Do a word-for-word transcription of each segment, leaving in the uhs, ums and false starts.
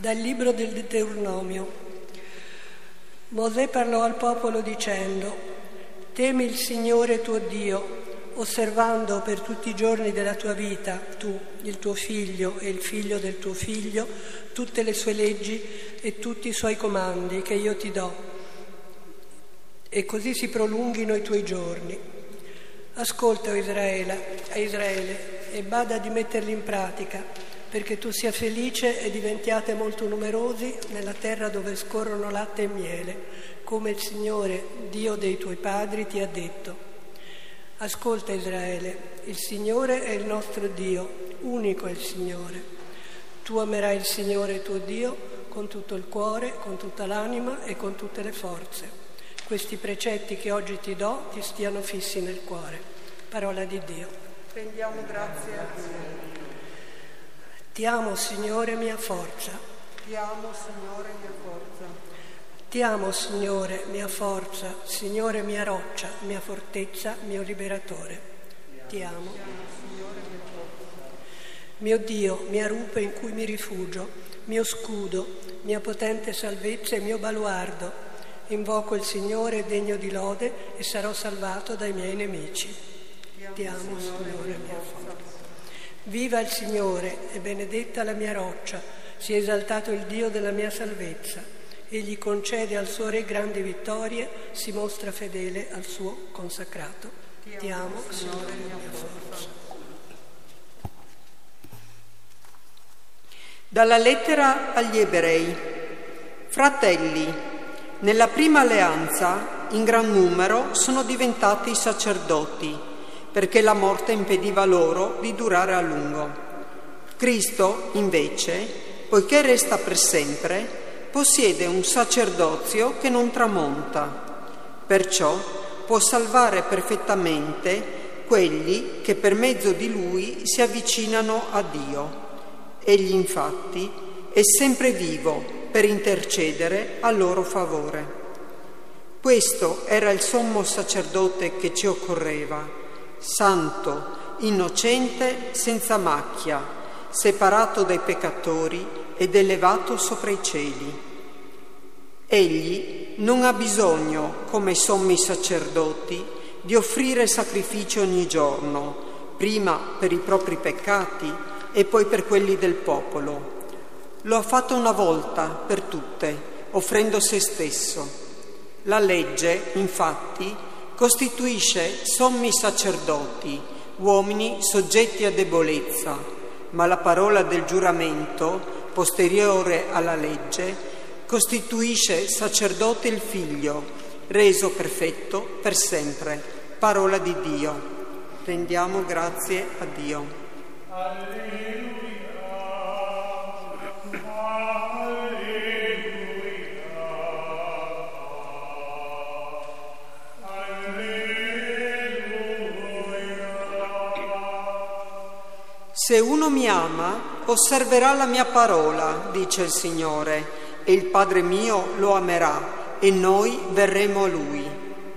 Dal libro del Deuteronomio. Mosè parlò al popolo dicendo: temi il Signore tuo Dio, osservando per tutti i giorni della tua vita, tu, il tuo figlio e il figlio del tuo figlio, tutte le sue leggi e tutti i suoi comandi che io ti do, e così si prolunghino i tuoi giorni. Ascolta, o Israele, a Israele, e bada di metterli in pratica, perché tu sia felice e diventiate molto numerosi nella terra dove scorrono latte e miele, come il Signore, Dio dei tuoi padri, ti ha detto. Ascolta, Israele, il Signore è il nostro Dio, unico è il Signore. Tu amerai il Signore tuo Dio con tutto il cuore, con tutta l'anima e con tutte le forze. Questi precetti che oggi ti do ti stiano fissi nel cuore. Parola di Dio. Rendiamo grazie a Dio. Ti amo, Signore, mia forza. Ti amo, Signore, mia forza. Ti amo, Signore, mia forza, Signore, mia roccia, mia fortezza, mio liberatore. Ti amo. Ti amo, Signore, mia forza. Mio Dio, mia rupe in cui mi rifugio, mio scudo, mia potente salvezza e mio baluardo. Invoco il Signore degno di lode e sarò salvato dai miei nemici. Ti amo, Signore, mia forza. Viva il Signore e benedetta la mia roccia, sia esaltato il Dio della mia salvezza. Egli concede al suo Re grandi vittorie, si mostra fedele al suo consacrato. Ti amo, Signore, mia forza. Dalla lettera agli Ebrei. Fratelli, nella prima alleanza in gran numero sono diventati sacerdoti, perché la morte impediva loro di durare a lungo. Cristo, invece, poiché resta per sempre, possiede un sacerdozio che non tramonta. Perciò può salvare perfettamente quelli che per mezzo di Lui si avvicinano a Dio. Egli, infatti, è sempre vivo per intercedere a loro favore. Questo era il sommo sacerdote che ci occorreva, santo, innocente, senza macchia, separato dai peccatori ed elevato sopra i cieli. Egli non ha bisogno, come i sommi sacerdoti, di offrire sacrifici ogni giorno, prima per i propri peccati e poi per quelli del popolo. Lo ha fatto una volta per tutte, offrendo se stesso. La legge, infatti, costituisce sommi sacerdoti, uomini soggetti a debolezza, ma la parola del giuramento, posteriore alla legge, costituisce sacerdote il Figlio, reso perfetto per sempre. Parola di Dio. Rendiamo grazie a Dio. Alleluia. Se uno mi ama, osserverà la mia parola, dice il Signore, e il Padre mio lo amerà, e noi verremo a Lui.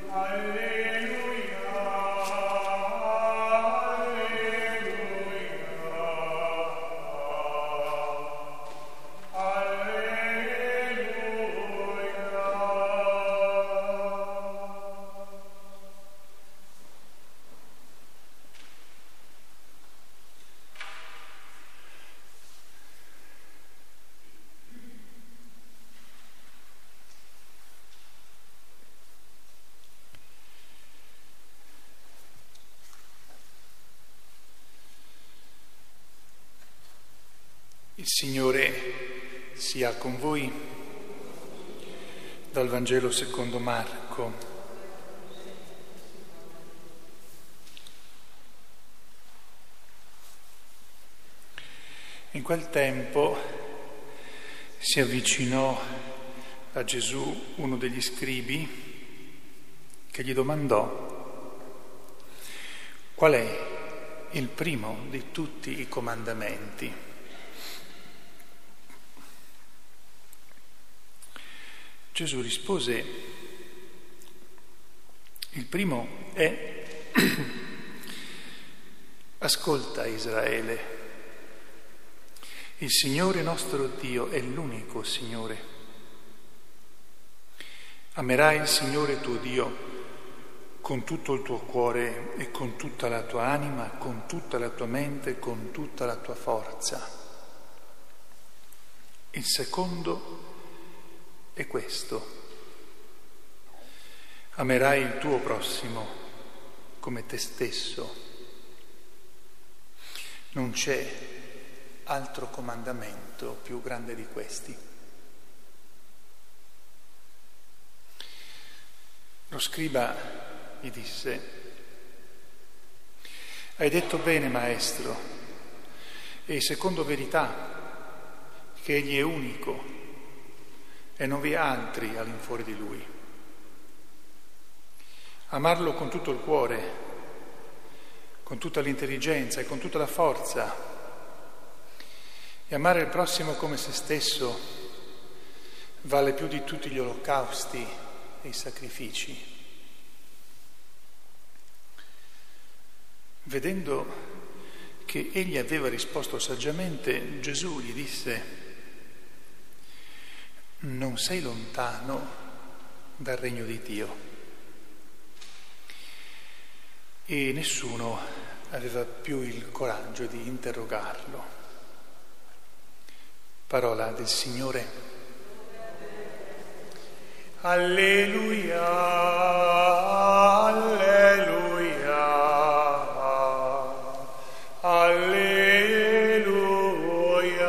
Il Signore sia con voi. Dal Vangelo secondo Marco. In quel tempo si avvicinò a Gesù uno degli scribi che gli domandò: qual è il primo di tutti i comandamenti? Gesù rispose: il primo è: ascolta, Israele, Il Signore nostro Dio è l'unico Signore. Amerai il Signore tuo Dio con tutto il tuo cuore e con tutta la tua anima, con tutta la tua mente, con tutta la tua forza. Il secondo è questo: amerai il tuo prossimo come te stesso. Non c'è altro comandamento più grande di questi. Lo scriba gli disse: hai detto bene, maestro, e secondo verità, che egli è unico e non vi è altri all'infuori di lui. Amarlo con tutto il cuore, con tutta l'intelligenza e con tutta la forza, e amare il prossimo come se stesso vale più di tutti gli olocausti e i sacrifici. Vedendo che egli aveva risposto saggiamente, Gesù gli disse: non sei lontano dal regno di Dio. E nessuno aveva più il coraggio di interrogarlo. Parola del Signore. Alleluia, alleluia, alleluia.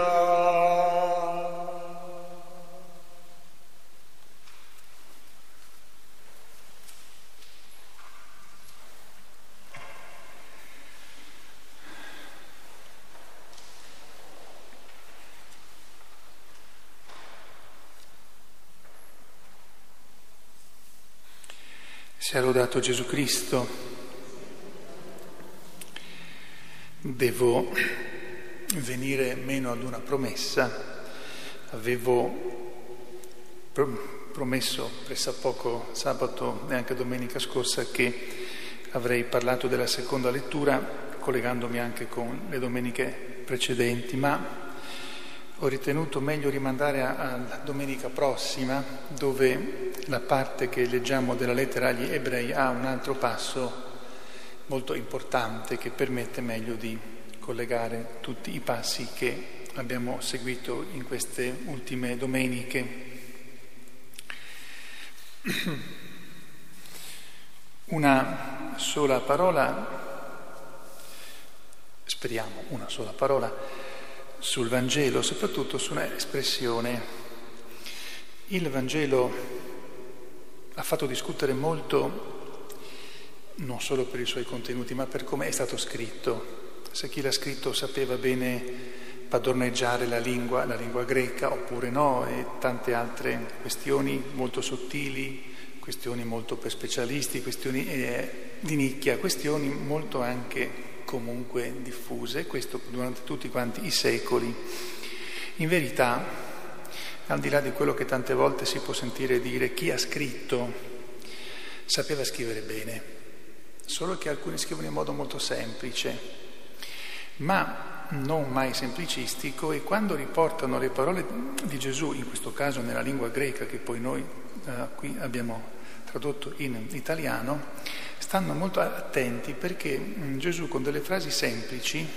Sia lodato Gesù Cristo. Devo venire meno ad una promessa. Avevo promesso pressappoco sabato e anche domenica scorsa che avrei parlato della seconda lettura, collegandomi anche con le domeniche precedenti, ma ho ritenuto meglio rimandare alla domenica prossima, dove la parte che leggiamo della lettera agli Ebrei ha un altro passo molto importante che permette meglio di collegare tutti i passi che abbiamo seguito in queste ultime domeniche. Una sola parola, speriamo una sola parola, sul Vangelo, soprattutto su un'espressione. Il Vangelo ha fatto discutere molto, non solo per i suoi contenuti, ma per come è stato scritto. Se chi l'ha scritto sapeva bene padroneggiare la lingua, la lingua greca, oppure no, e tante altre questioni molto sottili, questioni molto per specialisti, questioni eh, di nicchia, questioni molto anche comunque diffuse, questo durante tutti quanti i secoli. In verità, al di là di quello che tante volte si può sentire dire, chi ha scritto sapeva scrivere bene, solo che alcuni scrivono in modo molto semplice, ma non mai semplicistico, e quando riportano le parole di Gesù, in questo caso nella lingua greca che poi noi eh, qui abbiamo tradotto in italiano, stanno molto attenti, perché Gesù con delle frasi semplici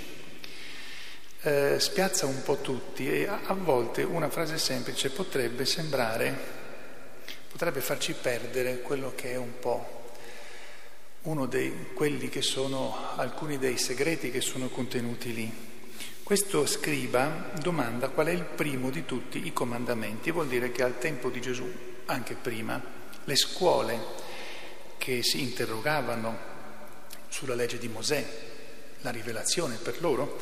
eh, spiazza un po' tutti, e a, a volte una frase semplice potrebbe sembrare, potrebbe farci perdere quello che è un po' uno dei quelli che sono alcuni dei segreti che sono contenuti lì. Questo scriba domanda qual è il primo di tutti i comandamenti. Vuol dire che al tempo di Gesù, anche prima, le scuole che si interrogavano sulla legge di Mosè, la rivelazione per loro,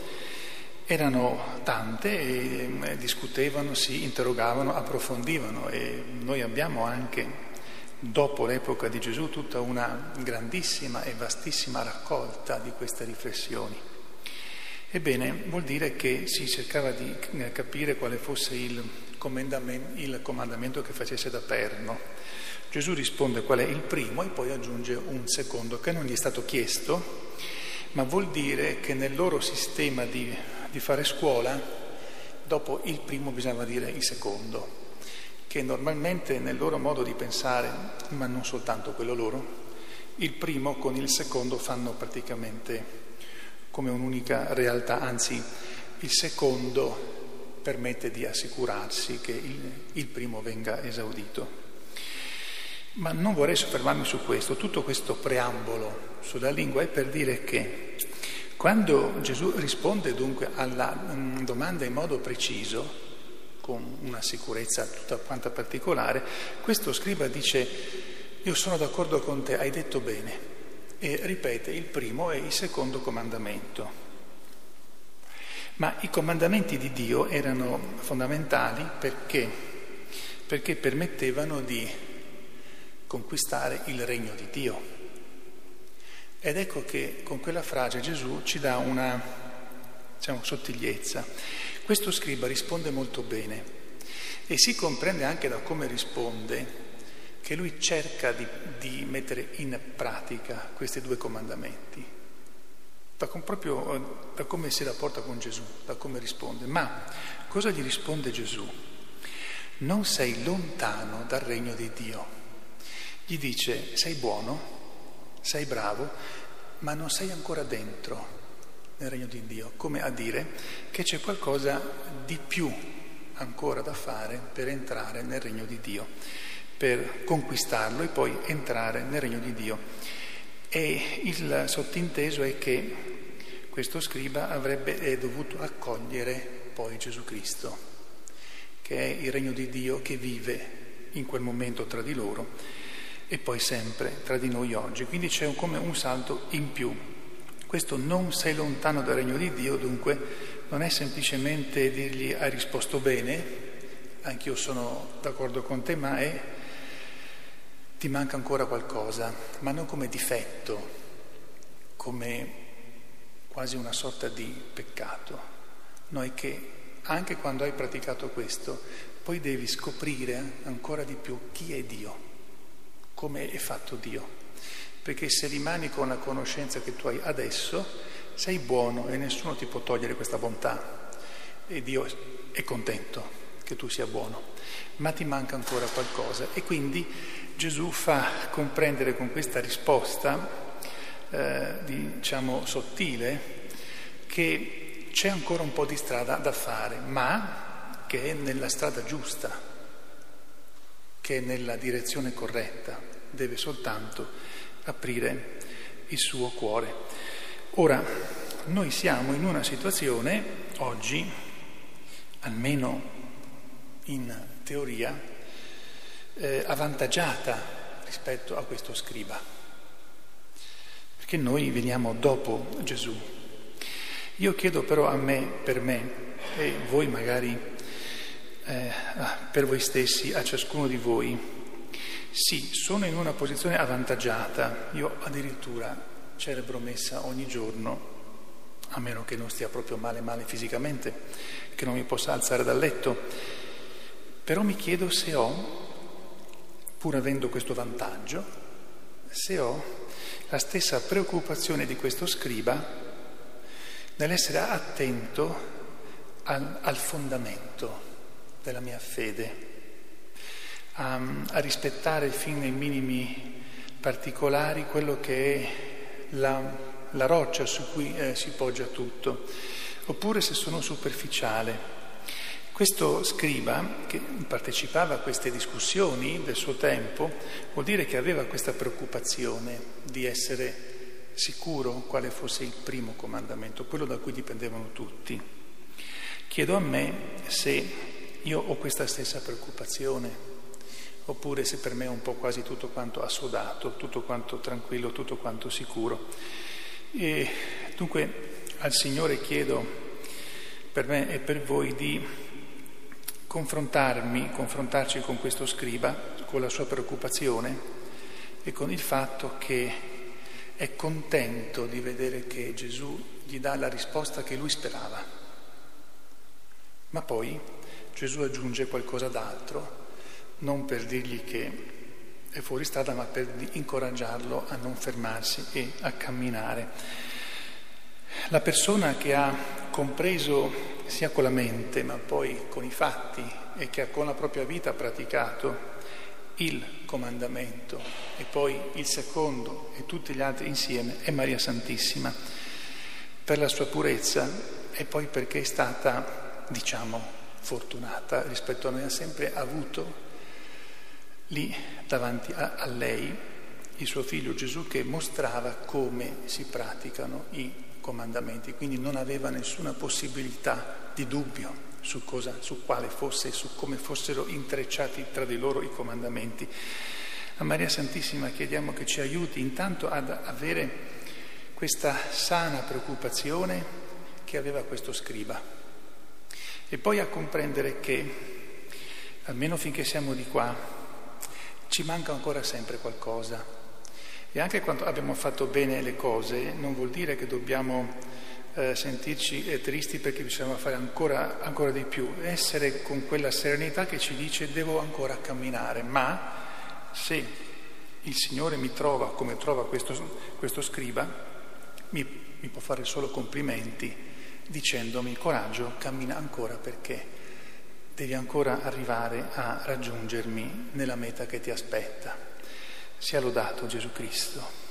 erano tante e discutevano, si interrogavano, approfondivano, e noi abbiamo anche, dopo l'epoca di Gesù, tutta una grandissima e vastissima raccolta di queste riflessioni. Ebbene, vuol dire che si cercava di capire quale fosse il comandamento, il comandamento che facesse da perno. Gesù risponde qual è il primo e poi aggiunge un secondo che non gli è stato chiesto, ma vuol dire che nel loro sistema di, di fare scuola dopo il primo bisognava dire il secondo, che normalmente nel loro modo di pensare, ma non soltanto quello loro, il primo con il secondo fanno praticamente come un'unica realtà, anzi il secondo permette di assicurarsi che il, il primo venga esaudito. Ma non vorrei soffermarmi su questo, tutto questo preambolo sulla lingua è per dire che quando Gesù risponde dunque alla mh, domanda in modo preciso, con una sicurezza tutta quanta particolare, questo scriba dice: io sono d'accordo con te, hai detto bene, e ripete il primo e il secondo comandamento. Ma i comandamenti di Dio erano fondamentali perché? Perché permettevano di conquistare il regno di Dio. Ed ecco che con quella frase Gesù ci dà una, diciamo, sottigliezza. Questo scriba risponde molto bene e si comprende anche da come risponde che lui cerca di, di mettere in pratica questi due comandamenti, da, com, proprio da come si rapporta con Gesù, da come risponde. Ma cosa gli risponde Gesù? Non sei lontano dal regno di Dio. Gli dice: sei buono, sei bravo, ma non sei ancora dentro nel regno di Dio, come a dire che c'è qualcosa di più ancora da fare per entrare nel regno di Dio, per conquistarlo e poi entrare nel regno di Dio. E il sottinteso è che questo scriba avrebbe dovuto accogliere poi Gesù Cristo, che è il regno di Dio che vive in quel momento tra di loro e poi sempre tra di noi oggi. Quindi c'è un, come un salto in più. Questo non sei lontano dal regno di Dio, dunque non è semplicemente dirgli hai risposto bene, anch'io sono d'accordo con te, ma è ti manca ancora qualcosa, ma non come difetto, come quasi una sorta di peccato. No, è che anche quando hai praticato questo, poi devi scoprire ancora di più chi è Dio, come è fatto Dio. Perché se rimani con la conoscenza che tu hai adesso, sei buono e nessuno ti può togliere questa bontà. E Dio è contento che tu sia buono, ma ti manca ancora qualcosa. E quindi Gesù fa comprendere con questa risposta, eh, diciamo sottile, che c'è ancora un po' di strada da fare, ma che è nella strada giusta, che è nella direzione corretta, deve soltanto aprire il suo cuore. Ora, noi siamo in una situazione oggi, almeno in teoria, eh, avvantaggiata rispetto a questo scriba, perché noi veniamo dopo Gesù. Io chiedo però a me, per me, e voi magari eh, per voi stessi, a ciascuno di voi, sì, sono in una posizione avvantaggiata, io addirittura celebro messa ogni giorno, a meno che non stia proprio male male fisicamente, che non mi possa alzare dal letto, però mi chiedo se ho, pur avendo questo vantaggio, se ho la stessa preoccupazione di questo scriba nell'essere attento al, al fondamento della mia fede, a, a rispettare fin nei minimi particolari quello che è la, la roccia su cui eh, si poggia tutto, oppure se sono superficiale. Questo scriba, che partecipava a queste discussioni del suo tempo, vuol dire che aveva questa preoccupazione di essere sicuro quale fosse il primo comandamento, quello da cui dipendevano tutti. Chiedo a me se io ho questa stessa preoccupazione, oppure se per me è un po' quasi tutto quanto assodato, tutto quanto tranquillo, tutto quanto sicuro. E dunque al Signore chiedo per me e per voi di confrontarmi, confrontarci con questo scriba, con la sua preoccupazione e con il fatto che è contento di vedere che Gesù gli dà la risposta che lui sperava. Ma poi Gesù aggiunge qualcosa d'altro, non per dirgli che è fuori strada, ma per incoraggiarlo a non fermarsi e a camminare. La persona che ha compreso sia con la mente ma poi con i fatti e che con la propria vita ha praticato il comandamento e poi il secondo e tutti gli altri insieme è Maria Santissima, per la sua purezza e poi perché è stata, diciamo, fortunata rispetto a noi, ha sempre avuto lì davanti a, a lei il suo figlio Gesù che mostrava come si praticano i comandamenti, quindi non aveva nessuna possibilità di dubbio su cosa, su quale fosse, su come fossero intrecciati tra di loro i comandamenti. A Maria Santissima chiediamo che ci aiuti intanto ad avere questa sana preoccupazione che aveva questo scriba e poi a comprendere che, almeno finché siamo di qua, ci manca ancora sempre qualcosa. E anche quando abbiamo fatto bene le cose non vuol dire che dobbiamo eh, sentirci eh, tristi perché bisogna fare ancora, ancora di più, essere con quella serenità che ci dice devo ancora camminare, ma se il Signore mi trova come trova questo, questo scriba, mi, mi può fare solo complimenti dicendomi coraggio, cammina ancora perché devi ancora arrivare a raggiungermi nella meta che ti aspetta. Sia lodato Gesù Cristo.